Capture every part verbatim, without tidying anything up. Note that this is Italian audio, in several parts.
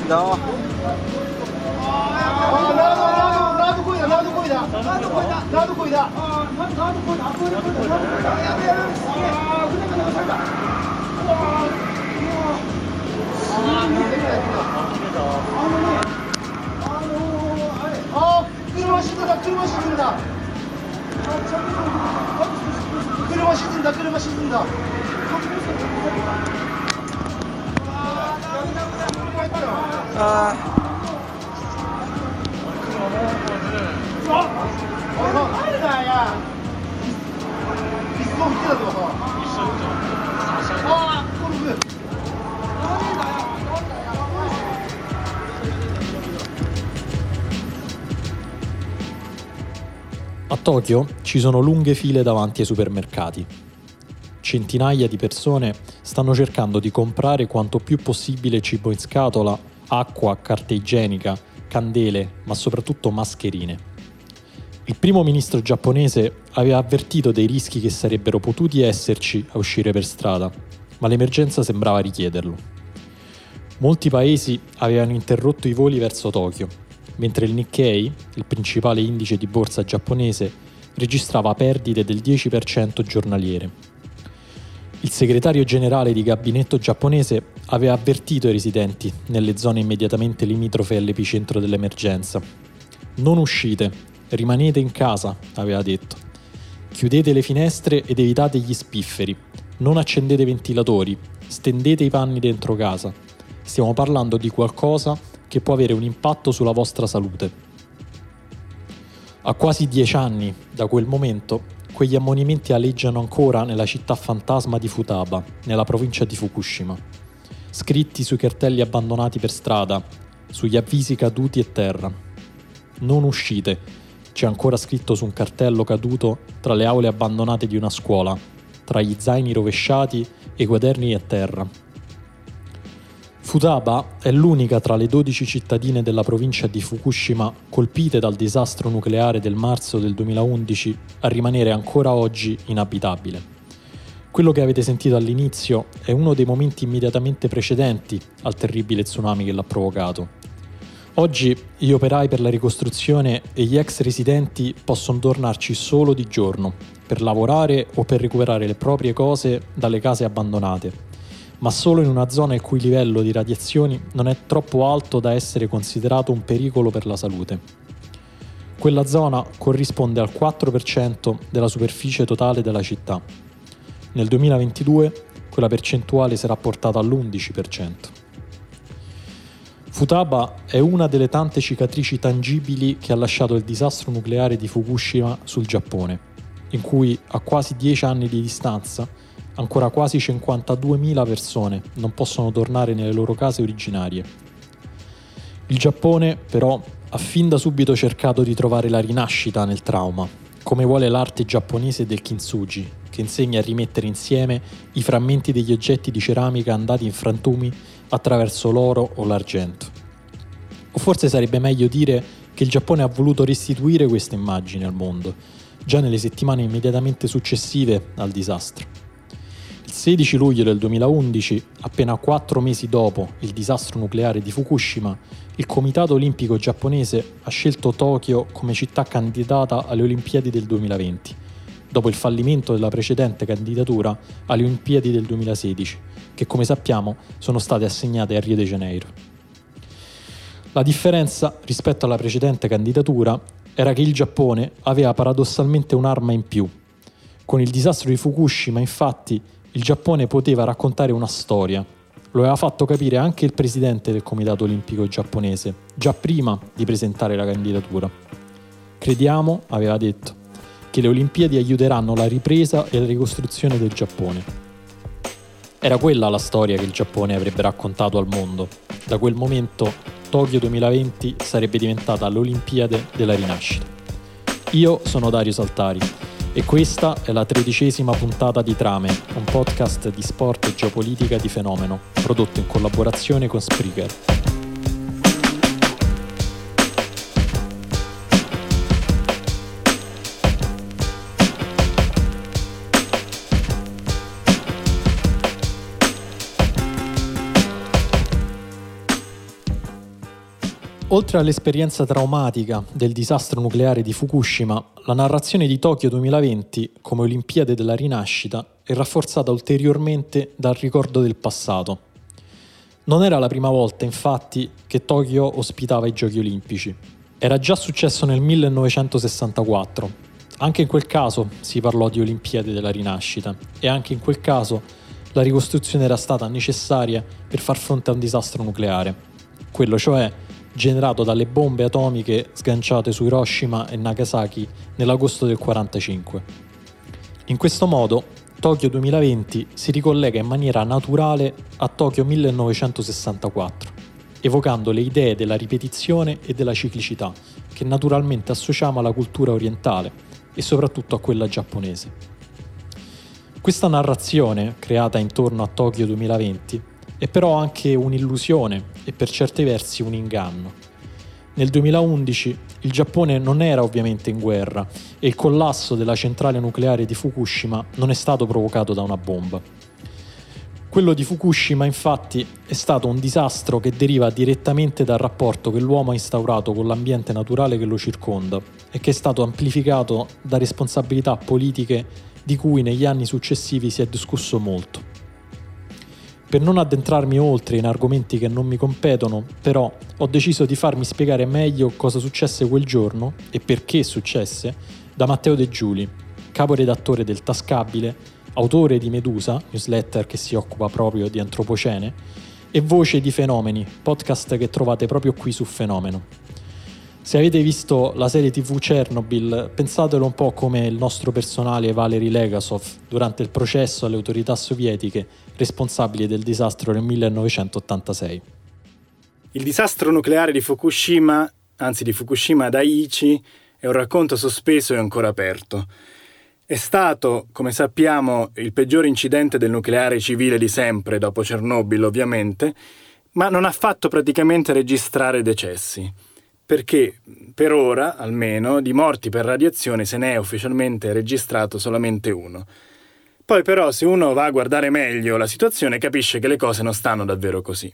고맙습니다. 아, 나도 나도 나도 거기다 나도 거기다 나도 거기다 나도 거기다 아 나도 나도 거기다 나도 거기다 아 그래 그래 살다 아 그러면 시든다 그러면 시든다 그러면 시든다 그러면 시든다 아, 어, 아니다, 야. 이거 밑에다 둬. 아, 그럼 A Tokyo ci sono lunghe file davanti ai supermercati. Centinaia di persone stanno cercando di comprare quanto più possibile cibo in scatola, acqua, carta igienica, candele, ma soprattutto mascherine. Il primo ministro giapponese aveva avvertito dei rischi che sarebbero potuti esserci a uscire per strada, ma l'emergenza sembrava richiederlo. Molti paesi avevano interrotto i voli verso Tokyo, mentre il Nikkei, il principale indice di borsa giapponese, registrava perdite del dieci per cento giornaliere. Il segretario generale di gabinetto giapponese aveva avvertito i residenti nelle zone immediatamente limitrofe all'epicentro dell'emergenza. Non uscite, rimanete in casa, aveva detto. Chiudete le finestre ed evitate gli spifferi. Non accendete ventilatori, stendete i panni dentro casa. Stiamo parlando di qualcosa che può avere un impatto sulla vostra salute. A quasi dieci anni da quel momento, quegli ammonimenti aleggiano ancora nella città fantasma di Futaba, nella provincia di Fukushima. Scritti sui cartelli abbandonati per strada, sugli avvisi caduti a terra. Non uscite, c'è ancora scritto su un cartello caduto tra le aule abbandonate di una scuola, tra gli zaini rovesciati e i quaderni a terra. Futaba è l'unica tra le dodici cittadine della provincia di Fukushima colpite dal disastro nucleare del marzo del duemilaundici a rimanere ancora oggi inabitabile. Quello che avete sentito all'inizio è uno dei momenti immediatamente precedenti al terribile tsunami che l'ha provocato. Oggi gli operai per la ricostruzione e gli ex residenti possono tornarci solo di giorno, per lavorare o per recuperare le proprie cose dalle case abbandonate, ma solo in una zona il cui livello di radiazioni non è troppo alto da essere considerato un pericolo per la salute. Quella zona corrisponde al quattro per cento della superficie totale della città. Nel duemilaventidue quella percentuale sarà portata all'undici per cento. Futaba è una delle tante cicatrici tangibili che ha lasciato il disastro nucleare di Fukushima sul Giappone, in cui a quasi dieci anni di distanza ancora quasi cinquantaduemila persone non possono tornare nelle loro case originarie. Il Giappone, però, ha fin da subito cercato di trovare la rinascita nel trauma, come vuole l'arte giapponese del kintsugi, che insegna a rimettere insieme i frammenti degli oggetti di ceramica andati in frantumi attraverso l'oro o l'argento. O forse sarebbe meglio dire che il Giappone ha voluto restituire questa immagine al mondo, già nelle settimane immediatamente successive al disastro. Il sedici luglio del duemilaundici, appena quattro mesi dopo il disastro nucleare di Fukushima, il Comitato Olimpico Giapponese ha scelto Tokyo come città candidata alle Olimpiadi del duemilaventi, dopo il fallimento della precedente candidatura alle Olimpiadi del duemilasedici, che come sappiamo sono state assegnate a Rio de Janeiro. La differenza rispetto alla precedente candidatura era che il Giappone aveva paradossalmente un'arma in più. Con il disastro di Fukushima, infatti, il Giappone poteva raccontare una storia. Lo aveva fatto capire anche il presidente del Comitato Olimpico giapponese, già prima di presentare la candidatura. Crediamo, aveva detto, che le Olimpiadi aiuteranno la ripresa e la ricostruzione del Giappone. Era quella la storia che il Giappone avrebbe raccontato al mondo. Da quel momento Tokyo duemilaventi sarebbe diventata l'Olimpiade della rinascita. Io sono Dario Saltari e questa è la tredicesima puntata di Trame, un podcast di sport e geopolitica di Fenomeno, prodotto in collaborazione con Spreaker. Oltre all'esperienza traumatica del disastro nucleare di Fukushima, la narrazione di Tokyo duemilaventi come Olimpiade della rinascita è rafforzata ulteriormente dal ricordo del passato. Non era la prima volta, infatti, che Tokyo ospitava i Giochi Olimpici. Era già successo nel millenovecentosessantaquattro. Anche in quel caso si parlò di Olimpiadi della rinascita e anche in quel caso la ricostruzione era stata necessaria per far fronte a un disastro nucleare, quello cioè generato dalle bombe atomiche sganciate su Hiroshima e Nagasaki nell'agosto del quarantacinque. In questo modo, Tokyo duemilaventi si ricollega in maniera naturale a Tokyo millenovecentosessantaquattro, evocando le idee della ripetizione e della ciclicità che naturalmente associamo alla cultura orientale e soprattutto a quella giapponese. Questa narrazione, creata intorno a Tokyo duemilaventi, è però anche un'illusione e per certi versi un inganno. Nel duemilaundici il Giappone non era ovviamente in guerra e il collasso della centrale nucleare di Fukushima non è stato provocato da una bomba. Quello di Fukushima, infatti, è stato un disastro che deriva direttamente dal rapporto che l'uomo ha instaurato con l'ambiente naturale che lo circonda e che è stato amplificato da responsabilità politiche di cui negli anni successivi si è discusso molto. Per non addentrarmi oltre in argomenti che non mi competono, però ho deciso di farmi spiegare meglio cosa successe quel giorno e perché successe da Matteo De Giuli, caporedattore del Tascabile, autore di Medusa, newsletter che si occupa proprio di antropocene, e voce di Fenomeni, podcast che trovate proprio qui su Fenomeno. Se avete visto la serie tivù Chernobyl, pensatelo un po' come il nostro personale Valery Legasov durante il processo alle autorità sovietiche responsabili del disastro del millenovecentottantasei. Il disastro nucleare di Fukushima, anzi di Fukushima Daiichi, è un racconto sospeso e ancora aperto. È stato, come sappiamo, il peggior incidente del nucleare civile di sempre, dopo Chernobyl ovviamente, ma non ha fatto praticamente registrare decessi. Perché per ora, almeno, di morti per radiazione se ne è ufficialmente registrato solamente uno. Poi però se uno va a guardare meglio la situazione capisce che le cose non stanno davvero così.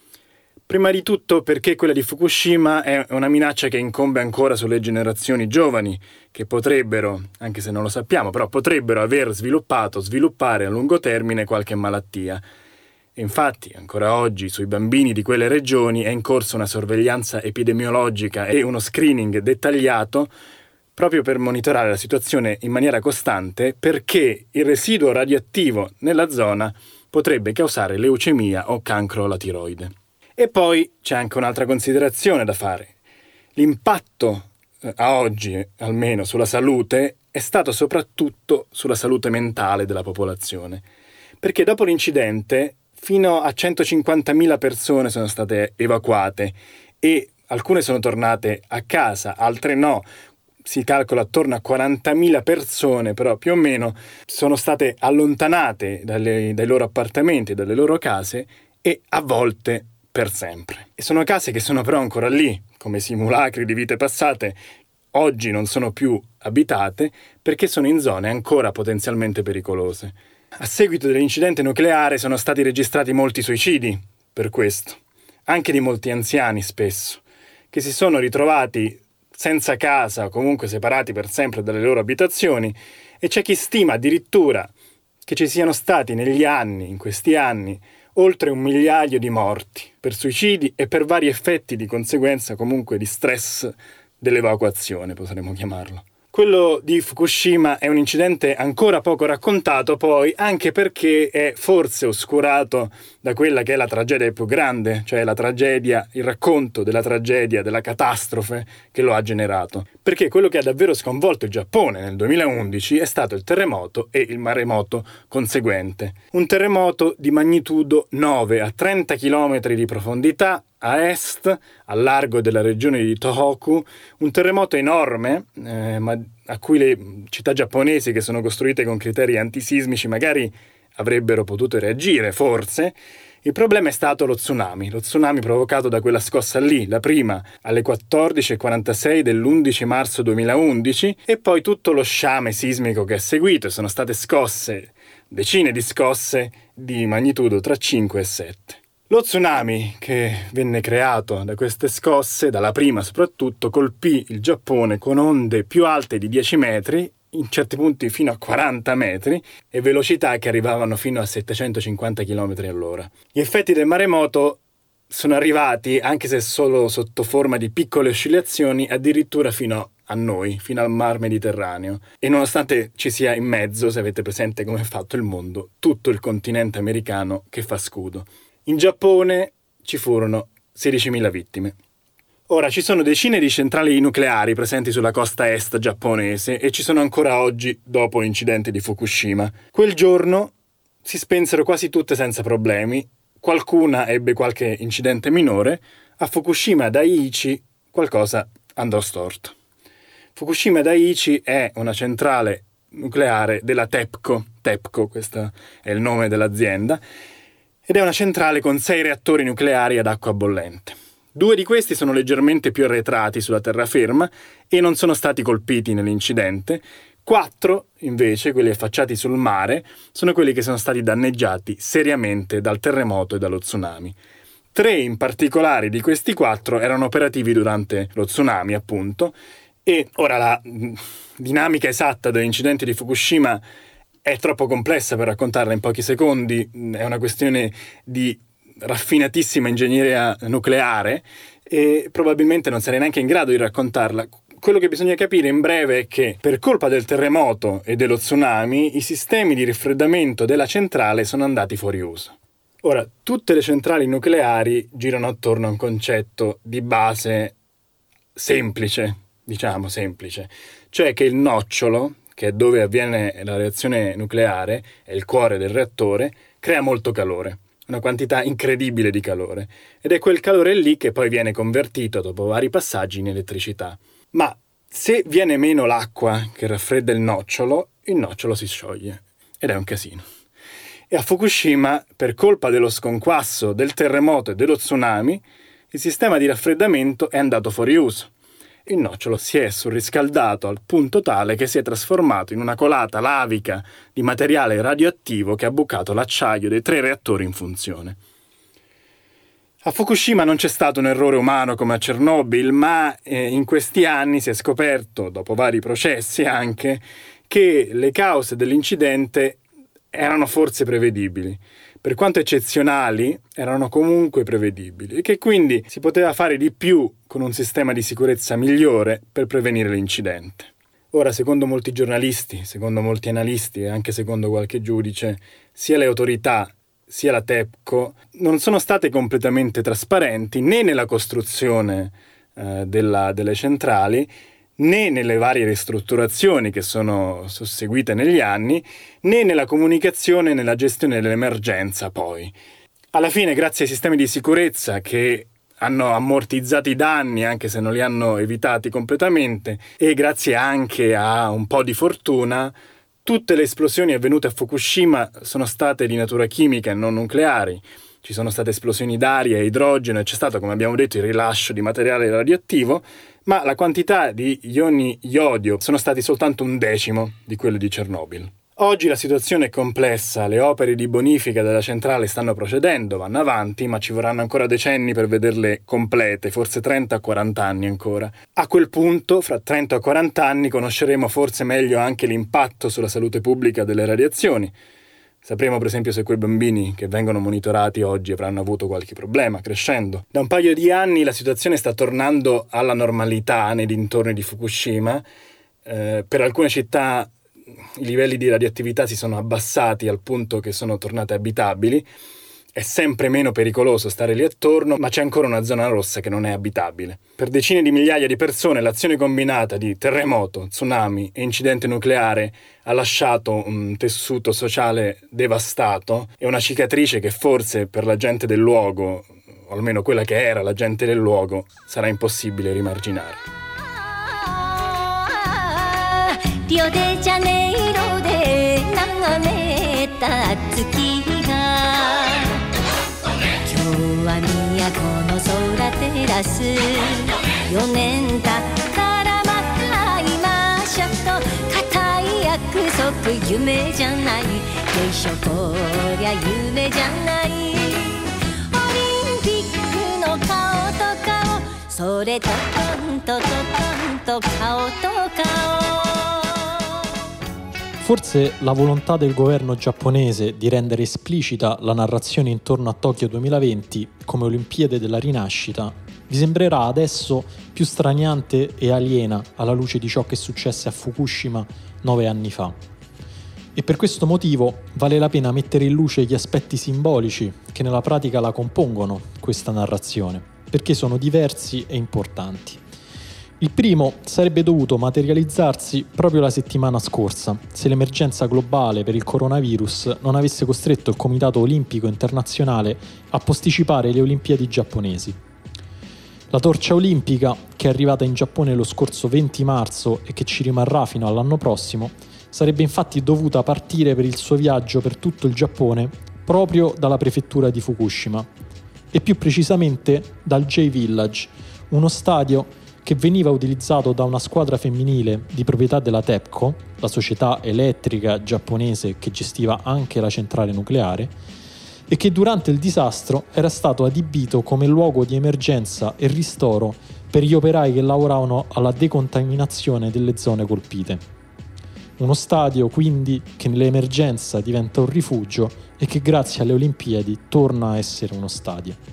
Prima di tutto perché quella di Fukushima è una minaccia che incombe ancora sulle generazioni giovani, che potrebbero, anche se non lo sappiamo, però potrebbero aver sviluppato, sviluppare a lungo termine qualche malattia. Infatti, ancora oggi, sui bambini di quelle regioni è in corso una sorveglianza epidemiologica e uno screening dettagliato proprio per monitorare la situazione in maniera costante, perché il residuo radioattivo nella zona potrebbe causare leucemia o cancro alla tiroide. E poi c'è anche un'altra considerazione da fare. L'impatto, eh, a oggi almeno, sulla salute è stato soprattutto sulla salute mentale della popolazione, perché dopo l'incidente fino a centocinquantamila persone sono state evacuate e alcune sono tornate a casa, altre no. Si calcola attorno a quarantamila persone, però più o meno sono state allontanate dalle, dai loro appartamenti, dalle loro case e a volte per sempre. E sono case che sono però ancora lì, come simulacri di vite passate. Oggi non sono più abitate perché sono in zone ancora potenzialmente pericolose. A seguito dell'incidente nucleare sono stati registrati molti suicidi, per questo, anche di molti anziani spesso, che si sono ritrovati senza casa o comunque separati per sempre dalle loro abitazioni, e c'è chi stima addirittura che ci siano stati negli anni, in questi anni, oltre un migliaio di morti per suicidi e per vari effetti di conseguenza comunque di stress dell'evacuazione, potremmo chiamarlo. Quello di Fukushima è un incidente ancora poco raccontato, poi, anche perché è forse oscurato da quella che è la tragedia più grande, cioè la tragedia, il racconto della tragedia, della catastrofe che lo ha generato. Perché quello che ha davvero sconvolto il Giappone nel duemilaundici è stato il terremoto e il maremoto conseguente. Un terremoto di magnitudo nove a trenta chilometri di profondità, a est, al largo della regione di Tohoku, un terremoto enorme, eh, ma a cui le città giapponesi, che sono costruite con criteri antisismici, magari avrebbero potuto reagire, forse. Il problema è stato lo tsunami, lo tsunami provocato da quella scossa lì, la prima alle quattordici e quarantasei dell'undici marzo duemilaundici, e poi tutto lo sciame sismico che è seguito. Sono state scosse, decine di scosse di magnitudo tra cinque e sette. Lo tsunami che venne creato da queste scosse, dalla prima soprattutto, colpì il Giappone con onde più alte di dieci metri, in certi punti fino a quaranta metri, e velocità che arrivavano fino a settecentocinquanta chilometri all'ora. Gli effetti del maremoto sono arrivati, anche se solo sotto forma di piccole oscillazioni, addirittura fino a noi, fino al mar Mediterraneo. E nonostante ci sia in mezzo, se avete presente come è fatto il mondo, tutto il continente americano che fa scudo. In Giappone ci furono sedicimila vittime. Ora, ci sono decine di centrali nucleari presenti sulla costa est giapponese e ci sono ancora oggi dopo l'incidente di Fukushima. Quel giorno si spensero quasi tutte senza problemi, qualcuna ebbe qualche incidente minore, a Fukushima Daiichi qualcosa andò storto. Fukushima Daiichi è una centrale nucleare della TEPCO, TEPCO, questo è il nome dell'azienda, ed è una centrale con sei reattori nucleari ad acqua bollente. Due di questi sono leggermente più arretrati sulla terraferma e non sono stati colpiti nell'incidente. Quattro, invece, quelli affacciati sul mare, sono quelli che sono stati danneggiati seriamente dal terremoto e dallo tsunami. Tre in particolare di questi quattro erano operativi durante lo tsunami, appunto, e ora la dinamica esatta dell'incidente di Fukushima è troppo complessa per raccontarla in pochi secondi, è una questione di raffinatissima ingegneria nucleare e probabilmente non sarei neanche in grado di raccontarla. Quello che bisogna capire in breve è che per colpa del terremoto e dello tsunami i sistemi di raffreddamento della centrale sono andati fuori uso. Ora, tutte le centrali nucleari girano attorno a un concetto di base semplice, diciamo semplice, cioè che il nocciolo, che è dove avviene la reazione nucleare, è il cuore del reattore, crea molto calore. Una quantità incredibile di calore, ed è quel calore lì che poi viene convertito dopo vari passaggi in elettricità. Ma se viene meno l'acqua che raffredda il nocciolo, il nocciolo si scioglie, ed è un casino. E a Fukushima, per colpa dello sconquasso, del terremoto e dello tsunami, il sistema di raffreddamento è andato fuori uso. Il nocciolo si è surriscaldato al punto tale che si è trasformato in una colata lavica di materiale radioattivo che ha bucato l'acciaio dei tre reattori in funzione. A Fukushima non c'è stato un errore umano come a Chernobyl, ma eh, in questi anni si è scoperto, dopo vari processi anche, che le cause dell'incidente erano forse prevedibili. Per quanto eccezionali, erano comunque prevedibili e che quindi si poteva fare di più con un sistema di sicurezza migliore per prevenire l'incidente. Ora, secondo molti giornalisti, secondo molti analisti e anche secondo qualche giudice, sia le autorità sia la TEPCO non sono state completamente trasparenti né nella costruzione eh, della, delle centrali, né nelle varie ristrutturazioni che sono susseguite negli anni, né nella comunicazione e nella gestione dell'emergenza poi. Alla fine, grazie ai sistemi di sicurezza che hanno ammortizzato i danni anche se non li hanno evitati completamente, e grazie anche a un po' di fortuna, tutte le esplosioni avvenute a Fukushima sono state di natura chimica e non nucleari. Ci sono state esplosioni d'aria e idrogeno e c'è stato, come abbiamo detto, il rilascio di materiale radioattivo, ma la quantità di ioni iodio sono stati soltanto un decimo di quello di Chernobyl. Oggi la situazione è complessa, le opere di bonifica della centrale stanno procedendo, vanno avanti, ma ci vorranno ancora decenni per vederle complete, forse trenta o quaranta anni ancora. A quel punto, fra trenta o quaranta anni, conosceremo forse meglio anche l'impatto sulla salute pubblica delle radiazioni. Sapremo per esempio se quei bambini che vengono monitorati oggi avranno avuto qualche problema crescendo. Da un paio di anni la situazione sta tornando alla normalità nei dintorni di Fukushima. Eh, per alcune città i livelli di radioattività si sono abbassati al punto che sono tornate abitabili. È sempre meno pericoloso stare lì attorno, ma c'è ancora una zona rossa che non è abitabile. Per decine di migliaia di persone l'azione combinata di terremoto, tsunami e incidente nucleare ha lasciato un tessuto sociale devastato e una cicatrice che forse per la gente del luogo, o almeno quella che era la gente del luogo, sarà impossibile rimarginare. Rio de Janeiro de nagameta tsuki ga は都の空照らすよねん経ったらまた会いましょうと固い約束夢じゃないよいしょこりゃ夢じゃないそれとトントトトンと顔と顔 Forse la volontà del governo giapponese di rendere esplicita la narrazione intorno a Tokyo duemilaventi come Olimpiadi della rinascita vi sembrerà adesso più straniante e aliena alla luce di ciò che successe a Fukushima nove anni fa. E per questo motivo vale la pena mettere in luce gli aspetti simbolici che nella pratica la compongono, questa narrazione, perché sono diversi e importanti. Il primo sarebbe dovuto materializzarsi proprio la settimana scorsa, se l'emergenza globale per il coronavirus non avesse costretto il Comitato Olimpico Internazionale a posticipare le Olimpiadi giapponesi. La torcia olimpica, che è arrivata in Giappone lo scorso venti marzo e che ci rimarrà fino all'anno prossimo, sarebbe infatti dovuta partire per il suo viaggio per tutto il Giappone proprio dalla prefettura di Fukushima, e più precisamente dal J-Village, uno stadio che veniva utilizzato da una squadra femminile di proprietà della TEPCO, la società elettrica giapponese che gestiva anche la centrale nucleare, e che durante il disastro era stato adibito come luogo di emergenza e ristoro per gli operai che lavoravano alla decontaminazione delle zone colpite. Uno stadio, quindi, che nell'emergenza diventa un rifugio e che grazie alle Olimpiadi torna a essere uno stadio.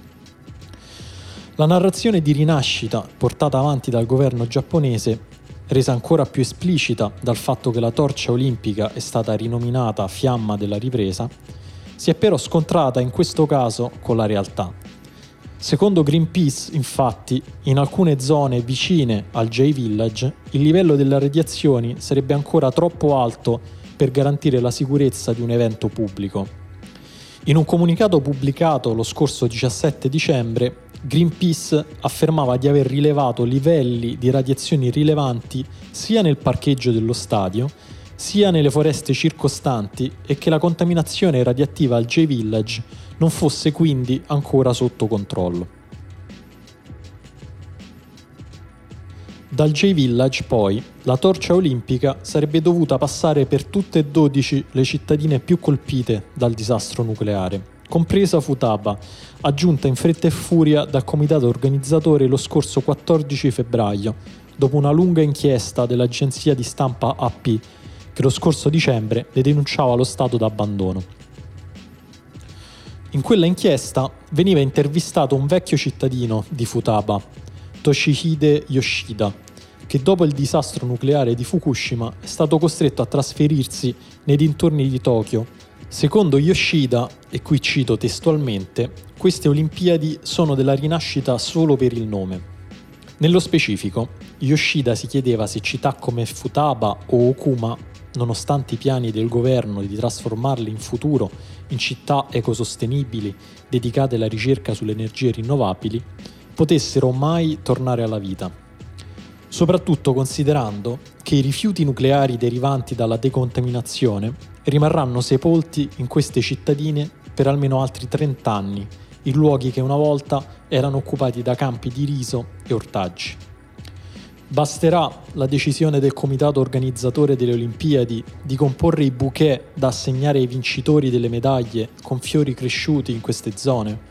La narrazione di rinascita portata avanti dal governo giapponese, resa ancora più esplicita dal fatto che la torcia olimpica è stata rinominata Fiamma della Ripresa, si è però scontrata in questo caso con la realtà. Secondo Greenpeace, infatti, in alcune zone vicine al J-Village il livello delle radiazioni sarebbe ancora troppo alto per garantire la sicurezza di un evento pubblico. In un comunicato pubblicato lo scorso diciassette dicembre, Greenpeace affermava di aver rilevato livelli di radiazioni rilevanti sia nel parcheggio dello stadio, sia nelle foreste circostanti e che la contaminazione radioattiva al J-Village non fosse quindi ancora sotto controllo. Dal J-Village, poi, la torcia olimpica sarebbe dovuta passare per tutte e dodici le cittadine più colpite dal disastro nucleare, compresa Futaba, aggiunta in fretta e furia dal comitato organizzatore lo scorso quattordici febbraio, dopo una lunga inchiesta dell'agenzia di stampa A P, che lo scorso dicembre le denunciava lo stato d'abbandono. In quella inchiesta veniva intervistato un vecchio cittadino di Futaba, Toshihide Yoshida, che dopo il disastro nucleare di Fukushima è stato costretto a trasferirsi nei dintorni di Tokyo. Secondo Yoshida, e qui cito testualmente, queste Olimpiadi sono della rinascita solo per il nome. Nello specifico, Yoshida si chiedeva se città come Futaba o Okuma, nonostante i piani del governo di trasformarle in futuro in città ecosostenibili dedicate alla ricerca sulle energie rinnovabili, potessero mai tornare alla vita. Soprattutto considerando che i rifiuti nucleari derivanti dalla decontaminazione rimarranno sepolti in queste cittadine per almeno altri trenta anni, in luoghi che una volta erano occupati da campi di riso e ortaggi. Basterà la decisione del comitato organizzatore delle Olimpiadi di comporre i bouquet da assegnare ai vincitori delle medaglie con fiori cresciuti in queste zone?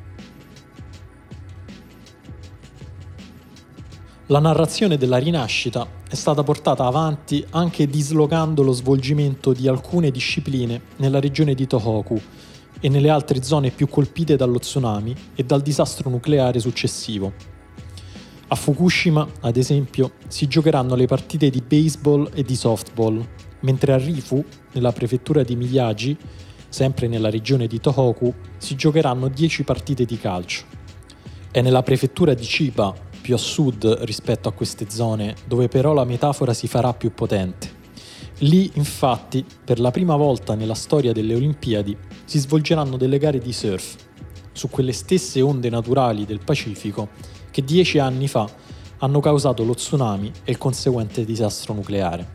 La narrazione della rinascita è stata portata avanti anche dislocando lo svolgimento di alcune discipline nella regione di Tohoku e nelle altre zone più colpite dallo tsunami e dal disastro nucleare successivo. A Fukushima, ad esempio, si giocheranno le partite di baseball e di softball, mentre a Rifu, nella prefettura di Miyagi, sempre nella regione di Tohoku, si giocheranno dieci partite di calcio. È nella prefettura di Chiba, più a sud rispetto a queste zone, dove però la metafora si farà più potente. Lì, infatti, per la prima volta nella storia delle Olimpiadi, si svolgeranno delle gare di surf, su quelle stesse onde naturali del Pacifico che dieci anni fa hanno causato lo tsunami e il conseguente disastro nucleare.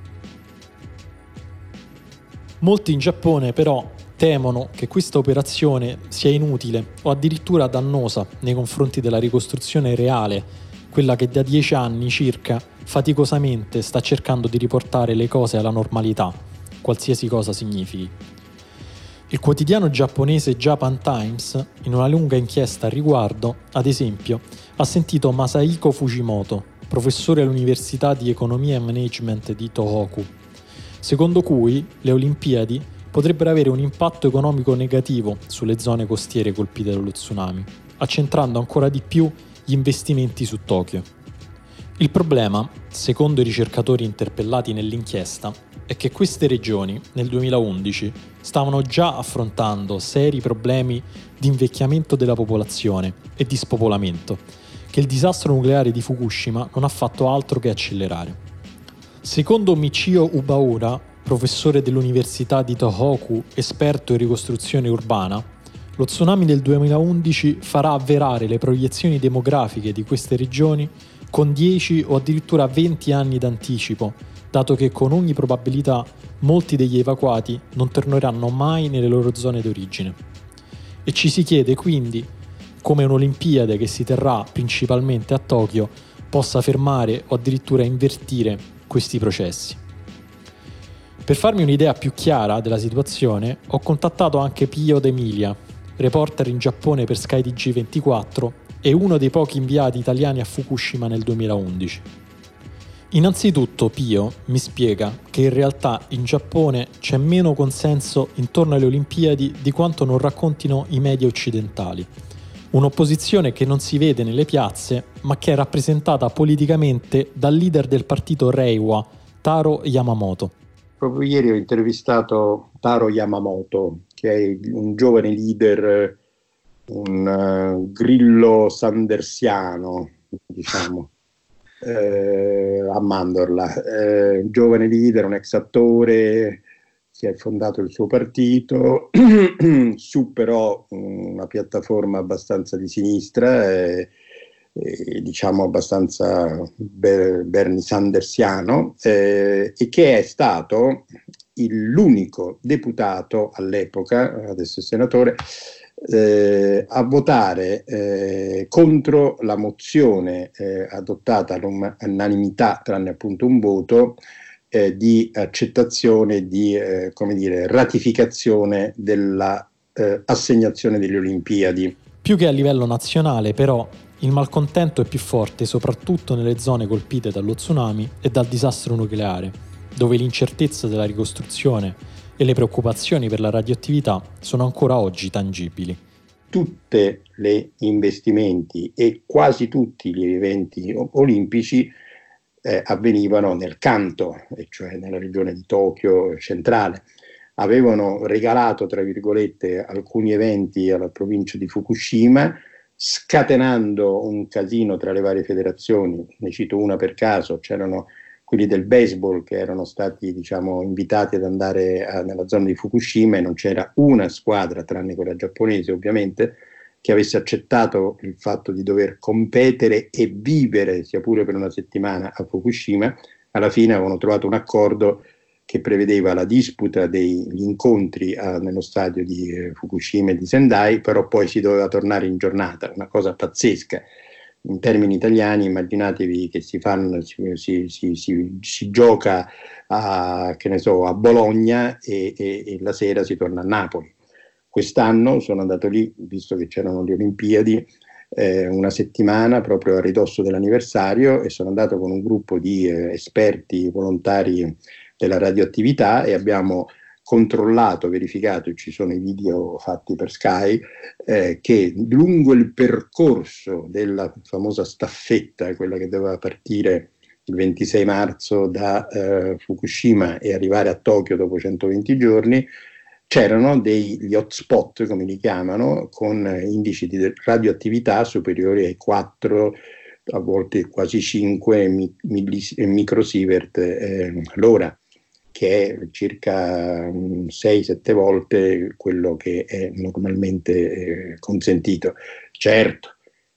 Molti in Giappone, però, temono che questa operazione sia inutile o addirittura dannosa nei confronti della ricostruzione reale, quella che da dieci anni circa faticosamente sta cercando di riportare le cose alla normalità, qualsiasi cosa significhi. Il quotidiano giapponese Japan Times, in una lunga inchiesta al riguardo, ad esempio, ha sentito Masahiko Fujimoto, professore all'Università di Economia e Management di Tohoku, secondo cui le Olimpiadi potrebbero avere un impatto economico negativo sulle zone costiere colpite dallo tsunami, accentrando ancora di più gli investimenti su Tokyo. Il problema, secondo i ricercatori interpellati nell'inchiesta, è che queste regioni nel duemilaundici stavano già affrontando seri problemi di invecchiamento della popolazione e di spopolamento, che il disastro nucleare di Fukushima non ha fatto altro che accelerare. Secondo Michio Ubaura, professore dell'Università di Tohoku, esperto in ricostruzione urbana, lo tsunami del duemilaundici farà avverare le proiezioni demografiche di queste regioni con dieci o addirittura venti anni d'anticipo, dato che con ogni probabilità molti degli evacuati non torneranno mai nelle loro zone d'origine. E ci si chiede quindi come un'Olimpiade che si terrà principalmente a Tokyo possa fermare o addirittura invertire questi processi. Per farmi un'idea più chiara della situazione, ho contattato anche Pio D'Emilia, reporter in Giappone per Sky T G ventiquattro e uno dei pochi inviati italiani a Fukushima nel duemilaundici. Innanzitutto Pio mi spiega che in realtà in Giappone c'è meno consenso intorno alle Olimpiadi di quanto non raccontino i media occidentali. Un'opposizione che non si vede nelle piazze, ma che è rappresentata politicamente dal leader del partito Reiwa, Taro Yamamoto. Proprio ieri ho intervistato Taro Yamamoto, che è un giovane leader, un uh, grillo sandersiano, diciamo. Eh, a Mandorla, eh, giovane leader, un ex attore, che ha fondato il suo partito su però una piattaforma abbastanza di sinistra e, e diciamo abbastanza ber- Bernie Sandersiano, eh, e che è stato il, l'unico deputato all'epoca, adesso è senatore, Eh, a votare eh, contro la mozione eh, adottata all'unanimità, tranne appunto un voto, eh, di accettazione, di eh, come dire, ratificazione della eh, assegnazione delle Olimpiadi. Più che a livello nazionale, però, il malcontento è più forte soprattutto nelle zone colpite dallo tsunami e dal disastro nucleare, dove l'incertezza della ricostruzione e le preoccupazioni per la radioattività sono ancora oggi tangibili. Tutti gli investimenti e quasi tutti gli eventi olimpici eh, avvenivano nel Kanto, e cioè nella regione di Tokyo centrale. Avevano regalato, tra virgolette, alcuni eventi alla provincia di Fukushima, scatenando un casino tra le varie federazioni. Ne cito una per caso: c'erano quelli del baseball che erano stati, diciamo, invitati ad andare a, nella zona di Fukushima, e non c'era una squadra, tranne quella giapponese ovviamente, che avesse accettato il fatto di dover competere e vivere, sia pure per una settimana, a Fukushima. Alla fine avevano trovato un accordo che prevedeva la disputa degli incontri a, nello stadio di eh, Fukushima e di Sendai, però poi si doveva tornare in giornata, una cosa pazzesca. In termini italiani, immaginatevi che si fanno, si, si, si, si, si gioca a, che ne so, a Bologna e, e, e la sera si torna a Napoli. Quest'anno sono andato lì, visto che c'erano le Olimpiadi, eh, una settimana proprio a ridosso dell'anniversario, e sono andato con un gruppo di eh, esperti volontari della radioattività e abbiamo controllato, verificato, ci sono i video fatti per Sky, eh, che lungo il percorso della famosa staffetta, quella che doveva partire il ventisei marzo da eh, Fukushima e arrivare a Tokyo dopo centoventi giorni, c'erano degli hotspot, come li chiamano, con indici di radioattività superiori ai quattro, a volte quasi cinque millis- microsievert eh, l'ora, che è circa sei sette volte quello che è normalmente eh, consentito. Certo,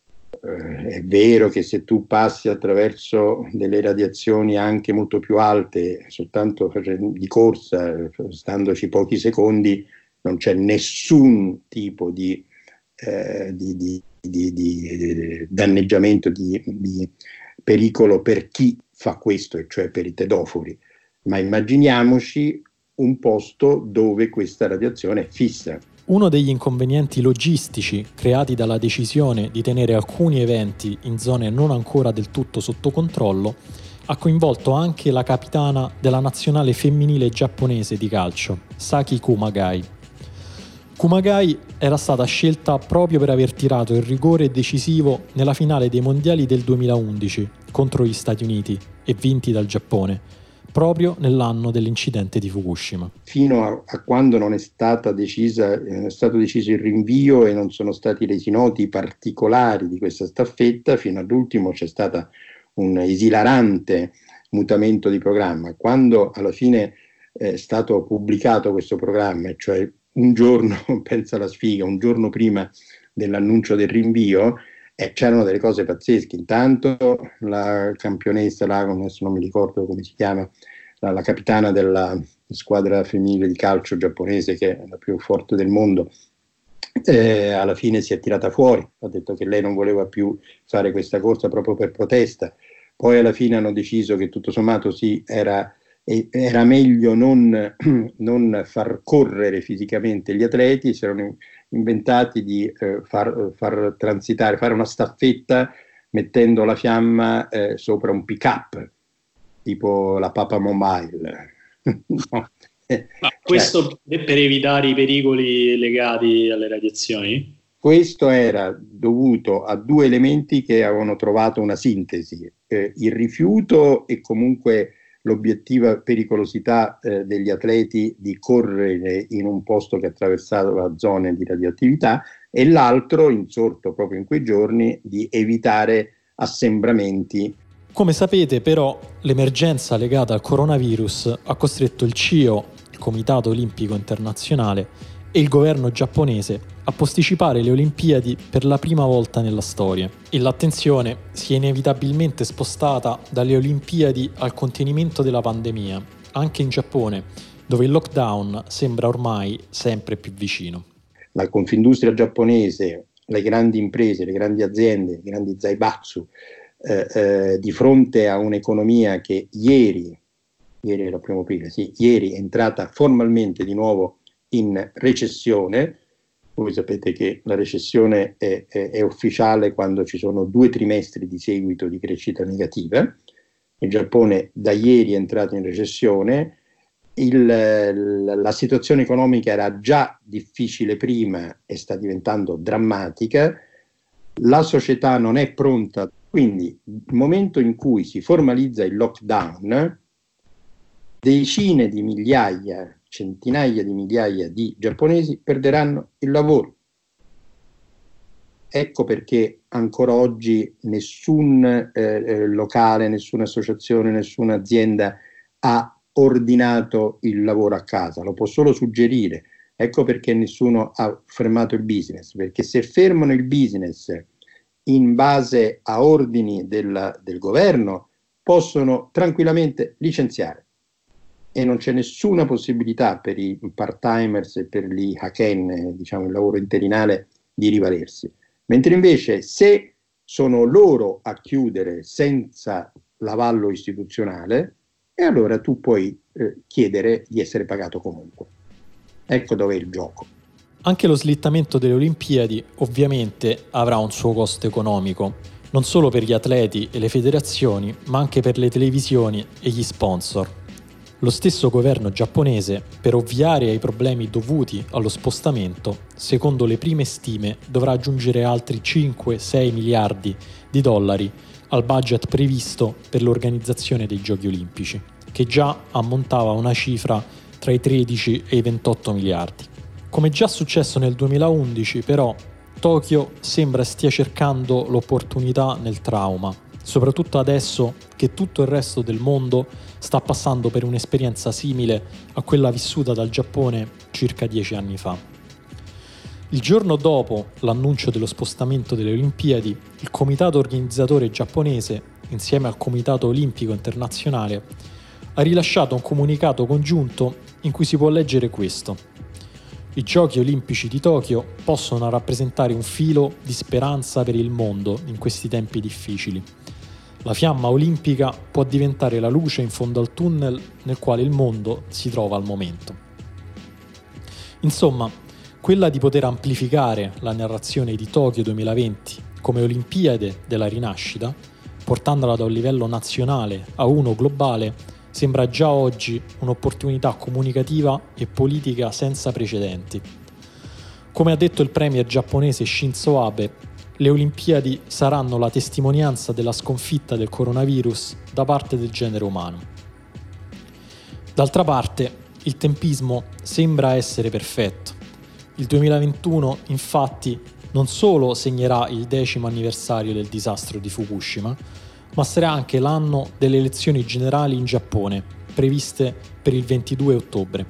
eh, è vero che se tu passi attraverso delle radiazioni anche molto più alte, soltanto di corsa, standoci pochi secondi, non c'è nessun tipo di, eh, di, di, di, di, di danneggiamento, di, di pericolo per chi fa questo, e cioè per i tedofori. Ma immaginiamoci un posto dove questa radiazione è fissa. Uno degli inconvenienti logistici creati dalla decisione di tenere alcuni eventi in zone non ancora del tutto sotto controllo ha coinvolto anche la capitana della nazionale femminile giapponese di calcio, Saki Kumagai. Kumagai era stata scelta proprio per aver tirato il rigore decisivo nella finale dei mondiali del duemilaundici contro gli Stati Uniti e vinti dal Giappone, proprio nell'anno dell'incidente di Fukushima. Fino a, a quando non è stata decisa, è stato deciso il rinvio e non sono stati resi noti i particolari di questa staffetta, fino all'ultimo c'è stata un esilarante mutamento di programma. Quando alla fine è stato pubblicato questo programma, cioè un giorno, pensa alla sfiga, un giorno prima dell'annuncio del rinvio, eh, c'erano delle cose pazzesche. Intanto la campionessa, la, adesso non mi ricordo come si chiama, la, la capitana della squadra femminile di calcio giapponese, che è la più forte del mondo, Eh, alla fine si è tirata fuori, ha detto che lei non voleva più fare questa corsa proprio per protesta. Poi alla fine hanno deciso che tutto sommato sì, era, era meglio non, non far correre fisicamente gli atleti, si erano inventati di eh, far, far transitare, fare una staffetta mettendo la fiamma eh, sopra un pick-up, tipo la Papa Mobile. No. Ma questo cioè, per evitare i pericoli legati alle radiazioni? Questo era dovuto a due elementi che avevano trovato una sintesi, eh, il rifiuto e comunque l'obiettiva pericolosità eh, degli atleti di correre in un posto che attraversava zone di radioattività, e l'altro, insorto proprio in quei giorni, di evitare assembramenti. Come sapete però, l'emergenza legata al coronavirus ha costretto il C I O, il Comitato Olimpico Internazionale, e il governo giapponese a posticipare le Olimpiadi per la prima volta nella storia. E l'attenzione si è inevitabilmente spostata dalle Olimpiadi al contenimento della pandemia, anche in Giappone, dove il lockdown sembra ormai sempre più vicino. La Confindustria giapponese, le grandi imprese, le grandi aziende, i grandi zaibatsu, Eh, eh, di fronte a un'economia che ieri, ieri era il primo aprile, sì, ieri è entrata formalmente di nuovo in recessione. Voi sapete che la recessione è, è, è ufficiale quando ci sono due trimestri di seguito di crescita negativa. Il Giappone da ieri è entrato in recessione. Il, la situazione economica era già difficile prima e sta diventando drammatica. La società non è pronta. Quindi, nel momento in cui si formalizza il lockdown, decine di migliaia, centinaia di migliaia di giapponesi perderanno il lavoro. Ecco perché ancora oggi nessun eh, locale, nessuna associazione, nessuna azienda ha ordinato il lavoro a casa, lo può solo suggerire. Ecco perché nessuno ha fermato il business, perché se fermano il business in base a ordini del, del governo, possono tranquillamente licenziare e non c'è nessuna possibilità per i part-timers e per gli haken, diciamo il lavoro interinale, di rivalersi. Mentre invece se sono loro a chiudere senza l'avallo istituzionale, e allora tu puoi eh, chiedere di essere pagato comunque. Ecco dov'è il gioco. Anche lo slittamento delle Olimpiadi ovviamente avrà un suo costo economico, non solo per gli atleti e le federazioni, ma anche per le televisioni e gli sponsor. Lo stesso governo giapponese, per ovviare ai problemi dovuti allo spostamento, secondo le prime stime dovrà aggiungere altri cinque sei miliardi di dollari al budget previsto per l'organizzazione dei Giochi Olimpici, che già ammontava a una cifra tra i tredici e i ventotto miliardi. Come già successo nel duemilaundici, però, Tokyo sembra stia cercando l'opportunità nel trauma, soprattutto adesso che tutto il resto del mondo sta passando per un'esperienza simile a quella vissuta dal Giappone circa dieci anni fa. Il giorno dopo l'annuncio dello spostamento delle Olimpiadi, il comitato organizzatore giapponese, insieme al Comitato Olimpico Internazionale, ha rilasciato un comunicato congiunto in cui si può leggere questo: i Giochi Olimpici di Tokyo possono rappresentare un filo di speranza per il mondo in questi tempi difficili. La fiamma olimpica può diventare la luce in fondo al tunnel nel quale il mondo si trova al momento. Insomma, quella di poter amplificare la narrazione di Tokyo duemilaventi come Olimpiade della rinascita, portandola da un livello nazionale a uno globale, sembra già oggi un'opportunità comunicativa e politica senza precedenti. Come ha detto il premier giapponese Shinzo Abe, le Olimpiadi saranno la testimonianza della sconfitta del coronavirus da parte del genere umano. D'altra parte, il tempismo sembra essere perfetto. Il duemilaventuno, infatti, non solo segnerà il decimo anniversario del disastro di Fukushima, ma sarà anche l'anno delle elezioni generali in Giappone, previste per il ventidue ottobre.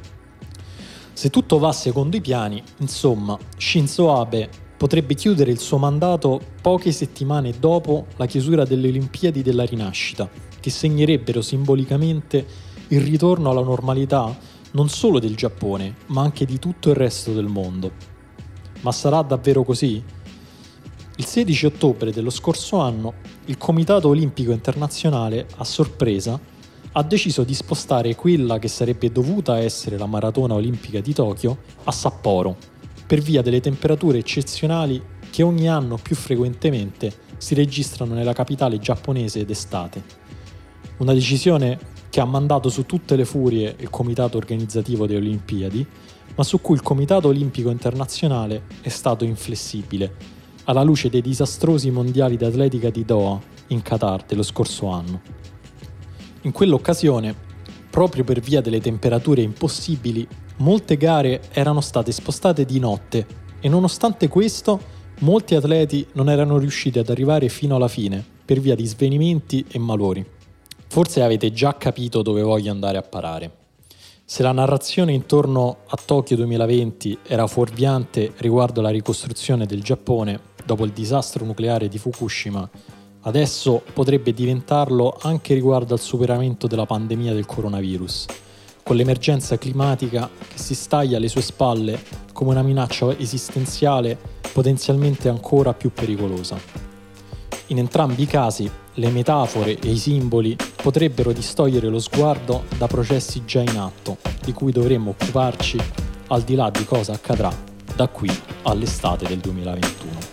Se tutto va secondo i piani, insomma, Shinzo Abe potrebbe chiudere il suo mandato poche settimane dopo la chiusura delle Olimpiadi della rinascita, che segnerebbero simbolicamente il ritorno alla normalità non solo del Giappone, ma anche di tutto il resto del mondo. Ma sarà davvero così? Il sedici ottobre dello scorso anno, il Comitato Olimpico Internazionale, a sorpresa, ha deciso di spostare quella che sarebbe dovuta essere la Maratona Olimpica di Tokyo a Sapporo, per via delle temperature eccezionali che ogni anno più frequentemente si registrano nella capitale giapponese d'estate. Una decisione che ha mandato su tutte le furie il comitato organizzativo delle Olimpiadi, ma su cui il Comitato Olimpico Internazionale è stato inflessibile, alla luce dei disastrosi mondiali d'atletica di Doha, in Qatar, dello scorso anno. In quell'occasione, proprio per via delle temperature impossibili, molte gare erano state spostate di notte e nonostante questo, molti atleti non erano riusciti ad arrivare fino alla fine per via di svenimenti e malori. Forse avete già capito dove voglio andare a parare. Se la narrazione intorno a Tokyo duemilaventi era fuorviante riguardo alla ricostruzione del Giappone dopo il disastro nucleare di Fukushima, adesso potrebbe diventarlo anche riguardo al superamento della pandemia del coronavirus, con l'emergenza climatica che si staglia alle sue spalle come una minaccia esistenziale potenzialmente ancora più pericolosa. In entrambi i casi, le metafore e i simboli potrebbero distogliere lo sguardo da processi già in atto, di cui dovremmo occuparci al di là di cosa accadrà da qui all'estate del duemilaventuno.